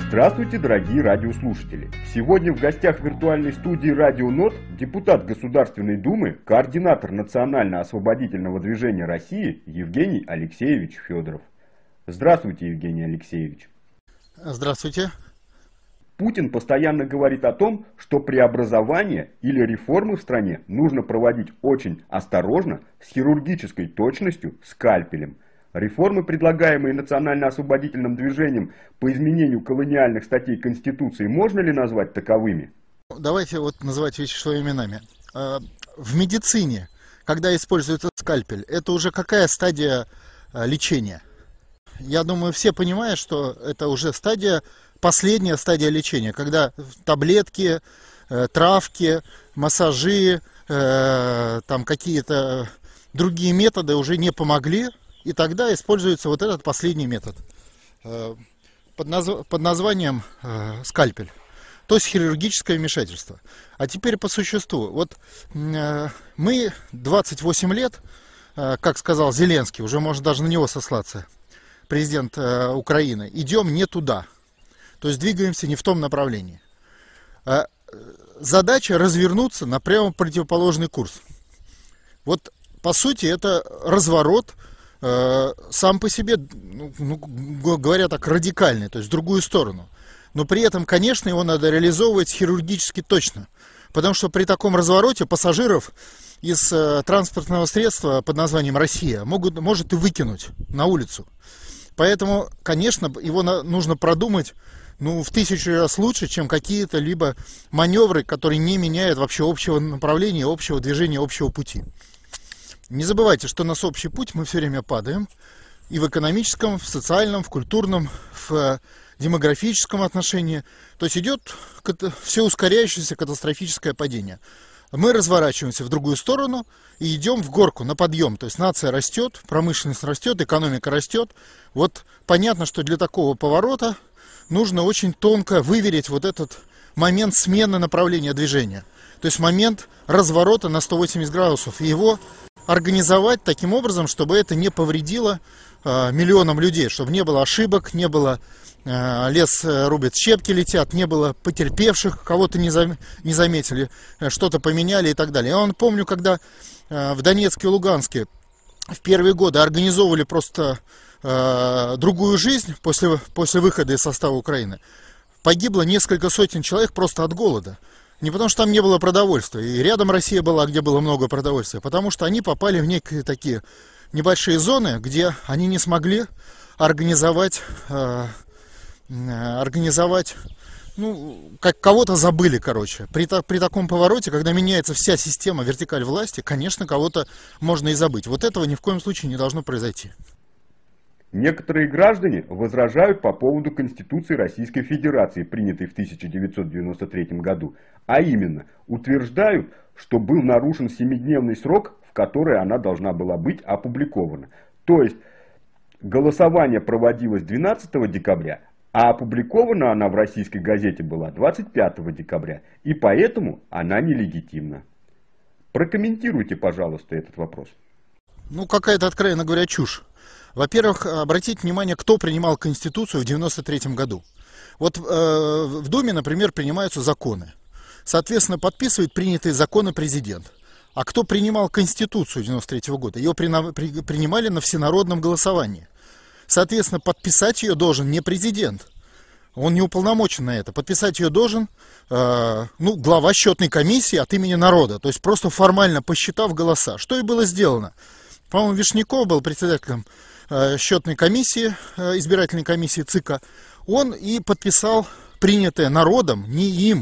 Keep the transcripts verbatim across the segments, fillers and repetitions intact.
Здравствуйте, дорогие радиослушатели! Сегодня в гостях виртуальной студии «Радио НОТ» депутат Государственной Думы, координатор Национально-освободительного движения России Евгений Алексеевич Федоров. Здравствуйте, Евгений Алексеевич! Здравствуйте! Путин постоянно говорит о том, что преобразование или реформы в стране нужно проводить очень осторожно, с хирургической точностью, скальпелем. Реформы, предлагаемые национально-освободительным движением по изменению колониальных статей Конституции, можно ли назвать таковыми? Давайте вот называть вещи своими именами. В медицине, когда используется скальпель, это уже какая стадия лечения? Я думаю, все понимают, что это уже стадия, последняя стадия лечения, когда таблетки, травки, массажи, там какие-то другие методы уже не помогли. И тогда используется вот этот последний метод под, назв... под названием э, скальпель, то есть хирургическое вмешательство. А теперь по существу. Вот э, мы двадцать восемь лет, э, как сказал Зеленский, уже можно даже на него сослаться, президент э, Украины, идем не туда. То есть двигаемся не в том направлении. Э, задача развернуться на прямо противоположный курс. Вот по сути это разворот, сам по себе, ну, говоря так, радикальный, то есть в другую сторону. Но при этом, конечно, его надо реализовывать хирургически точно. Потому что при таком развороте пассажиров из э, транспортного средства под названием «Россия» могут, может и выкинуть на улицу. Поэтому, конечно, его на, нужно продумать ну, в тысячу раз лучше, чем какие-то либо маневры, которые не меняют вообще общего направления, общего движения, общего пути. Не забывайте, что на общий путь мы все время падаем. И в экономическом, в социальном, в культурном, в демографическом отношении. То есть идет все ускоряющееся катастрофическое падение. Мы разворачиваемся в другую сторону и идем в горку, на подъем. То есть нация растет, промышленность растет, экономика растет. Вот понятно, что для такого поворота нужно очень тонко выверить вот этот момент смены направления движения. То есть момент разворота на сто восемьдесят градусов. И его организовать таким образом, чтобы это не повредило э, миллионам людей, чтобы не было ошибок, не было э, лес рубят, щепки летят, не было потерпевших, кого-то не, зам, не заметили, э, что-то поменяли и так далее. Я вон помню, когда э, в Донецке и Луганске в первые годы организовывали просто э, другую жизнь после, после выхода из состава Украины, погибло несколько сотен человек просто от голода. Не потому, что там не было продовольствия, и рядом Россия была, где было много продовольствия, потому что они попали в некие такие небольшие зоны, где они не смогли организовать, э, организовать, ну, как кого-то забыли, короче. При, при таком повороте, когда меняется вся система вертикаль власти, конечно, кого-то можно и забыть. Вот этого ни в коем случае не должно произойти. Некоторые граждане возражают по поводу Конституции Российской Федерации, принятой в тысяча девятьсот девяносто третьем году, а именно утверждают, что был нарушен семидневный срок, в который она должна была быть опубликована. То есть голосование проводилось двенадцатого декабря, а опубликована она в российской газете была двадцать пятого декабря, и поэтому она нелегитимна. Прокомментируйте, пожалуйста, этот вопрос. Ну, какая-то, откровенно говоря, чушь. Во-первых, обратите внимание, кто принимал Конституцию в девяносто третьем году. Вот э, в Думе, например, принимаются законы. Соответственно, подписывает принятые законы президент. А кто принимал Конституцию девяносто третьего года? Ее при, при, принимали на всенародном голосовании. Соответственно, подписать ее должен не президент. Он не уполномочен на это. Подписать ее должен э, ну, глава счетной комиссии от имени народа. То есть просто формально посчитав голоса. Что и было сделано. По-моему, Вишняков был председателем счетной комиссии, избирательной комиссии ЦИКа. Он и подписал принятое народом, не им,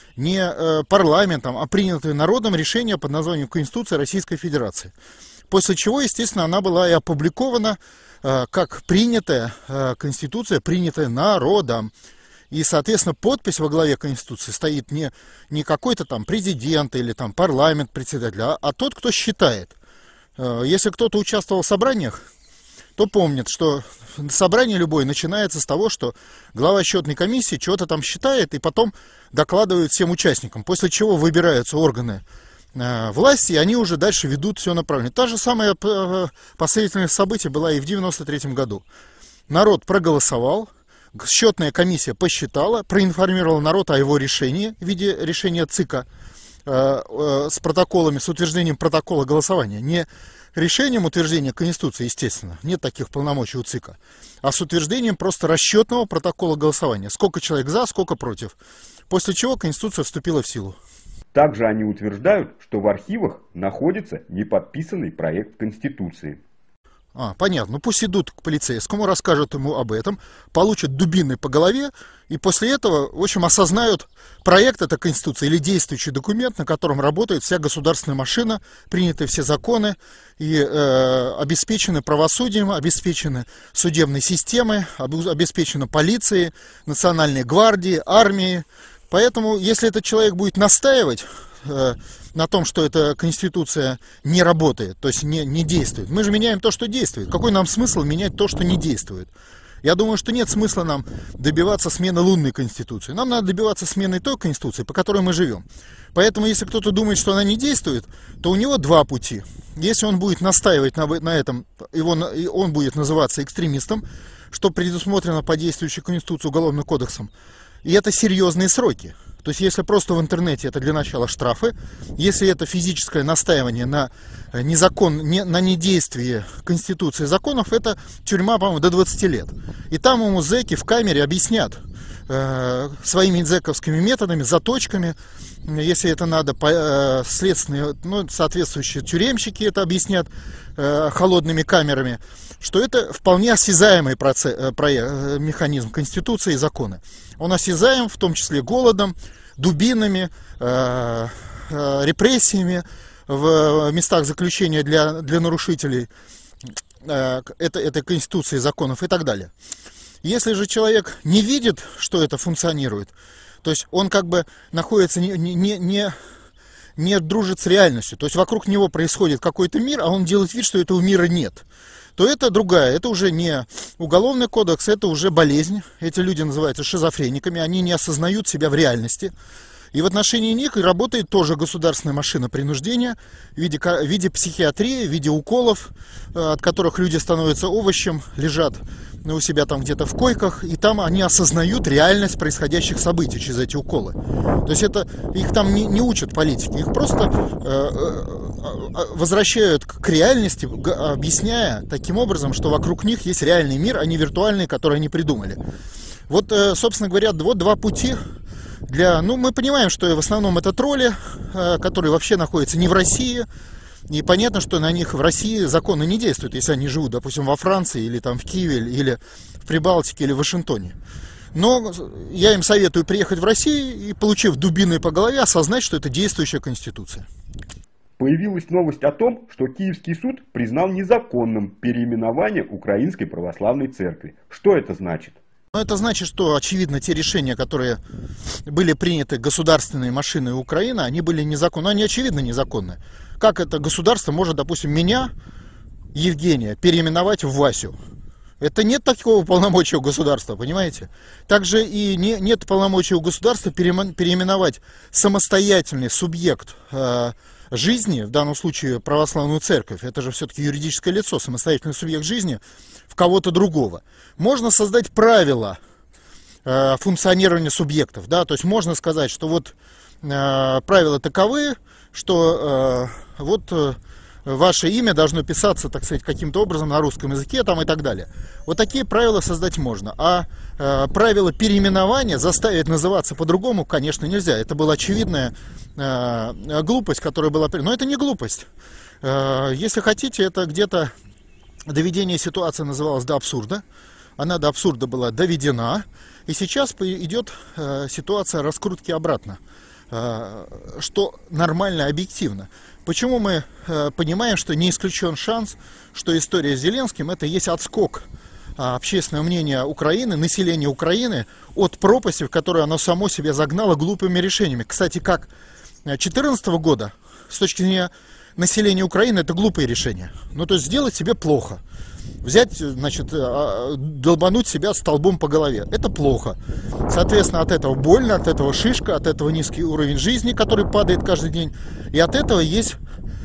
не парламентом, а принятое народом решение под названием Конституция Российской Федерации. После чего, естественно, она была и опубликована как принятая Конституция, принятая народом. И, соответственно, подпись во главе Конституции стоит не, не какой-то там президент или там парламент, председатель, а, а тот, кто считает. Если кто-то участвовал в собраниях, то помнит, что собрание любое начинается с того, что глава счетной комиссии чего-то там считает и потом докладывает всем участникам, после чего выбираются органы э, власти, и они уже дальше ведут все направление. Та же самая последовательность событий была и в девяносто третьем году. Народ проголосовал, Счетная комиссия посчитала, проинформировала народ о его решении в виде решения ЦИКа э, э, с протоколами, с утверждением протокола голосования. Не решением утверждения Конституции, естественно, нет таких полномочий у ЦИКа, а с утверждением просто расчетного протокола голосования. Сколько человек за, сколько против. После чего Конституция вступила в силу. Также они утверждают, что в архивах находится неподписанный проект Конституции. А, понятно. Ну пусть идут к полицейскому, расскажут ему об этом, получат дубины по голове, и после этого, в общем, осознают, проект это Конституция или действующий документ, на котором работает вся государственная машина, приняты все законы и э, обеспечены правосудием, обеспечены судебной системой, обеспечены полицией, национальной гвардией, армией. Поэтому, если этот человек будет настаивать э, на том, что эта Конституция не работает, то есть не, не действует, мы же меняем то, что действует. Какой нам смысл менять то, что не действует? Я думаю, что нет смысла нам добиваться смены лунной Конституции. Нам надо добиваться смены той Конституции, по которой мы живем. Поэтому, если кто-то думает, что она не действует, то у него два пути. Если он будет настаивать на, на этом, его, он будет называться экстремистом, что предусмотрено по действующей Конституции Уголовным кодексом. И это серьезные сроки. То есть, если просто в интернете, это для начала штрафы. Если это физическое настаивание на, незакон, не, на недействие Конституции и законов, это тюрьма, по-моему, до двадцати лет. И там ему зэки в камере объяснят э, своими зэковскими методами, заточками, если это надо, по, э, следственные, ну, соответствующие тюремщики это объяснят э, холодными камерами, что это вполне осязаемый процесс, э, проект, механизм Конституции и законы. Он осязаем, в том числе голодом, дубинами, э, э, репрессиями в местах заключения для, для нарушителей э, это, этой Конституции, законов и так далее. Если же человек не видит, что это функционирует, то есть он как бы находится, не, не, не, не дружит с реальностью, то есть вокруг него происходит какой-то мир, а он делает вид, что этого мира нет, то это другая, это уже не уголовный кодекс, это уже болезнь. Эти люди называются шизофрениками, они не осознают себя в реальности. И в отношении них работает тоже государственная машина принуждения в виде, в виде психиатрии, в виде уколов, от которых люди становятся овощем, лежат у себя там где-то в койках, и там они осознают реальность происходящих событий через эти уколы. То есть это их там не, не учат политики, их просто э, э, возвращают к реальности, объясняя таким образом, что вокруг них есть реальный мир, а не виртуальный, который они придумали. Вот, э, собственно говоря, вот два пути. Для, ну, мы понимаем, что в основном это тролли, э, которые вообще находятся не в России. И понятно, что на них в России законы не действуют, если они живут, допустим, во Франции, или там в Киеве, или в Прибалтике, или в Вашингтоне. Но я им советую приехать в Россию и, получив дубиной по голове, осознать, что это действующая Конституция. Появилась новость о том, что Киевский суд признал незаконным переименование Украинской Православной Церкви. Что это значит? Но это значит, что, очевидно, те решения, которые были приняты государственной машиной Украины, они были незаконны. Они, очевидно, незаконны. Как это государство может, допустим, меня, Евгения, переименовать в Васю? Это нет такого полномочия у государства, понимаете? Также и не, нет полномочий у государства переименовать самостоятельный субъект э, жизни, в данном случае православную церковь, это же все-таки юридическое лицо, самостоятельный субъект жизни, в кого-то другого. Можно создать правила э, функционирования субъектов, да, то есть можно сказать, что вот э, правила таковы, что э, вот э, ваше имя должно писаться, так сказать, каким-то образом на русском языке там, и так далее. Вот такие правила создать можно. А э, правила переименования заставить называться по-другому, конечно, нельзя. Это была очевидная э, глупость, которая была... Но это не глупость. Э, если хотите, это где-то доведение ситуации называлось до абсурда. Она до абсурда была доведена. И сейчас идет э, ситуация раскрутки обратно. Э, что нормально, объективно. Почему мы э, понимаем, что не исключен шанс, что история с Зеленским это есть отскок э, общественного мнения Украины, населения Украины от пропасти, в которую оно само себя загнало глупыми решениями. Кстати, как две тысячи четырнадцатого года, с точки зрения населения Украины, это глупые решения. Ну, то есть сделать себе плохо. Взять, значит, долбануть себя столбом по голове. Это плохо. Соответственно, от этого больно, от этого шишка, от этого низкий уровень жизни, который падает каждый день. И от этого есть,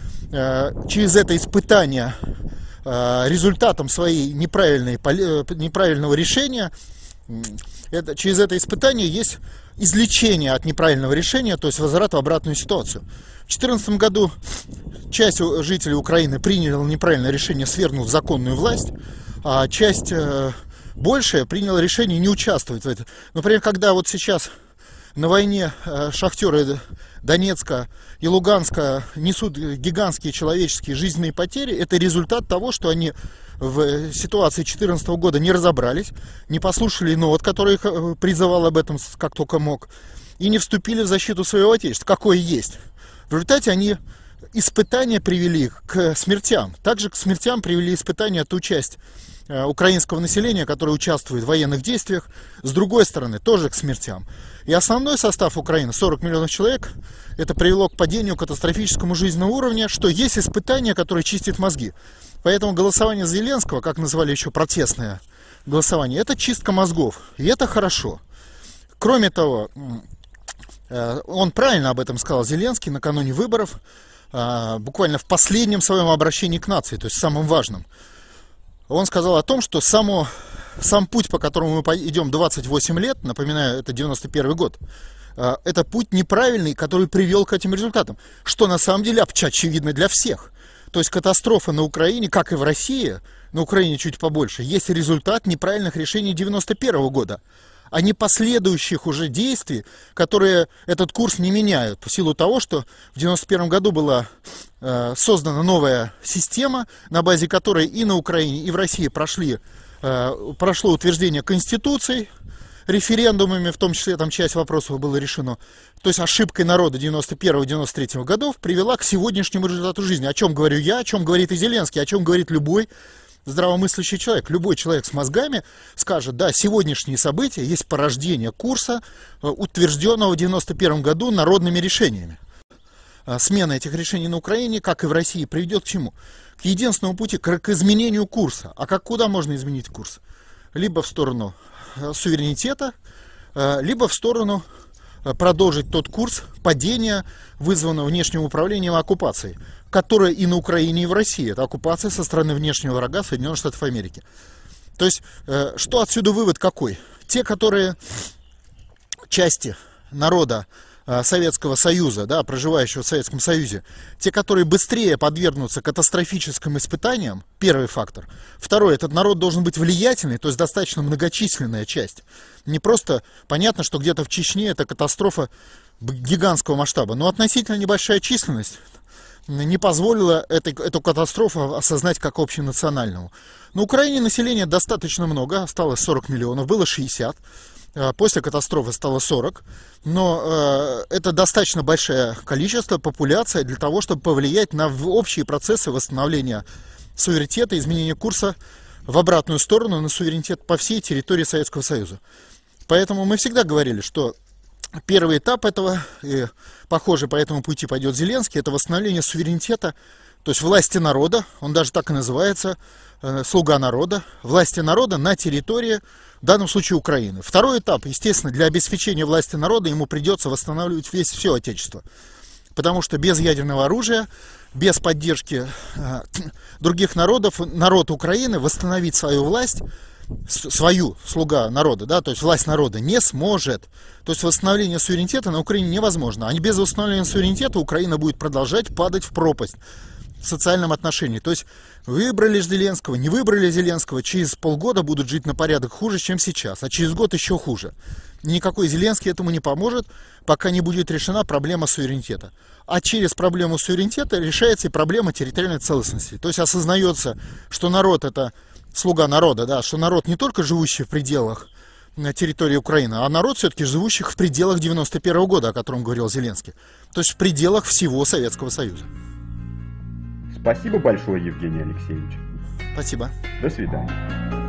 через это испытание, результатом своей неправильной, неправильного решения, это, через это испытание есть излечение от неправильного решения, то есть возврат в обратную ситуацию. В две тысячи четырнадцатом году часть жителей Украины приняла неправильное решение свергнуть законную власть, а часть э, большая приняла решение не участвовать в этом. Например, когда вот сейчас на войне э, шахтеры Донецка и Луганска несут гигантские человеческие жизненные потери, это результат того, что они в ситуации две тысячи четырнадцатого года не разобрались, не послушали нот, который призывал об этом как только мог, и не вступили в защиту своего отечества, какое есть. В результате они испытания привели к смертям. Также к смертям привели испытания ту часть украинского населения, которое участвует в военных действиях, с другой стороны, тоже к смертям. И основной состав Украины, сорок миллионов человек, это привело к падению катастрофическому жизненного уровня, что есть испытание, которое чистит мозги. Поэтому голосование за Зеленского, как называли еще протестное голосование, это чистка мозгов. И это хорошо. Кроме того, он правильно об этом сказал, Зеленский, накануне выборов, буквально в последнем своем обращении к нации, то есть самым важным. Он сказал о том, что само, сам путь, по которому мы идем двадцать восемь лет, напоминаю, это девяносто первый год, это путь неправильный, который привел к этим результатам, что на самом деле очевидно для всех. То есть катастрофа на Украине, как и в России, на Украине чуть побольше, есть результат неправильных решений девяносто первого года, а не последующих уже действий, которые этот курс не меняют, по силу того, что в девяносто первом году была э, создана новая система, на базе которой и на Украине, и в России прошли, э, прошло утверждение Конституции, референдумами, в том числе там часть вопросов было решено. То есть ошибкой народа девяносто первого — девяносто третьего годов привела к сегодняшнему результату жизни. О чем говорю я, о чем говорит и Зеленский, о чем говорит любой здравомыслящий человек. Любой человек с мозгами скажет: да, сегодняшние события есть порождение курса, утвержденного в девяносто первом году народными решениями. Смена этих решений на Украине, как и в России, приведет к чему? К единственному пути, к изменению курса. А как, куда можно изменить курс? Либо в сторону суверенитета, либо в сторону продолжить тот курс падения, вызванного внешним управлением и оккупацией, которая и на Украине, и в России. Это оккупация со стороны внешнего врага Соединенных Штатов Америки. То есть, что отсюда вывод какой? Те, которые части народа Советского Союза, да, проживающего в Советском Союзе, те, которые быстрее подвергнутся катастрофическим испытаниям, первый фактор. Второй, этот народ должен быть влиятельный, то есть достаточно многочисленная часть. Не просто понятно, что где-то в Чечне это катастрофа гигантского масштаба, но относительно небольшая численность не позволила этой, эту катастрофу осознать как общенациональную. На Украине населения достаточно много, осталось сорок миллионов, было шестьдесят. После катастрофы стало сорок, но э, это достаточно большое количество, популяция для того, чтобы повлиять на общие процессы восстановления суверенитета, изменения курса в обратную сторону, на суверенитет по всей территории Советского Союза. Поэтому мы всегда говорили, что первый этап этого, и, похоже, по этому пути пойдет Зеленский, это восстановление суверенитета, то есть власти народа, он даже так и называется, э, слуга народа, власти народа на территории, в данном случае, Украины. Второй этап, естественно, для обеспечения власти народа ему придется восстанавливать весь, все Отечество. Потому что без ядерного оружия, без поддержки э, других народов, народ Украины восстановить свою власть, свою, слуга народа, да, то есть власть народа, не сможет. То есть восстановление суверенитета на Украине невозможно. А без восстановления суверенитета Украина будет продолжать падать в пропасть в социальном отношении. То есть выбрали Зеленского, не выбрали Зеленского, через полгода будут жить на порядок хуже, чем сейчас, а через год еще хуже. Никакой Зеленский этому не поможет, пока не будет решена проблема суверенитета. А через проблему суверенитета решается и проблема территориальной целостности. То есть осознается, что народ — это слуга народа, да, что народ не только живущий в пределах на территории Украины, а народ все-таки живущих в пределах девяносто первого года, о котором говорил Зеленский. То есть в пределах всего Советского Союза. Спасибо большое, Евгений Алексеевич. Спасибо. До свидания.